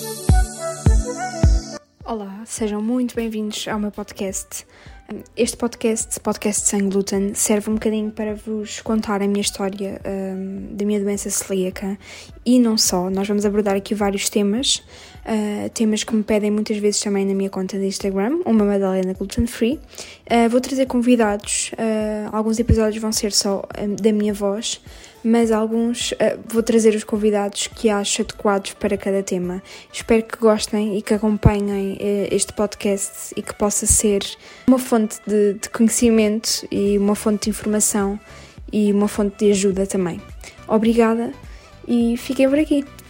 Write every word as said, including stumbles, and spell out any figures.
Olá, sejam muito bem-vindos ao meu podcast. Este podcast, Podcast Sem Glúten, serve um bocadinho para vos contar a minha história um, da minha doença celíaca e não só. Nós vamos abordar aqui vários temas, uh, temas que me pedem muitas vezes também na minha conta de Instagram, uma Madalena Gluten Free. Uh, vou trazer convidados, uh, alguns episódios vão ser só um, da minha voz, mas alguns uh, vou trazer os convidados que acho adequados para cada tema. Espero que gostem e que acompanhem uh, este podcast e que possa ser uma fonte de, de conhecimento e uma fonte de informação e uma fonte de ajuda também. Obrigada e fiquem por aqui.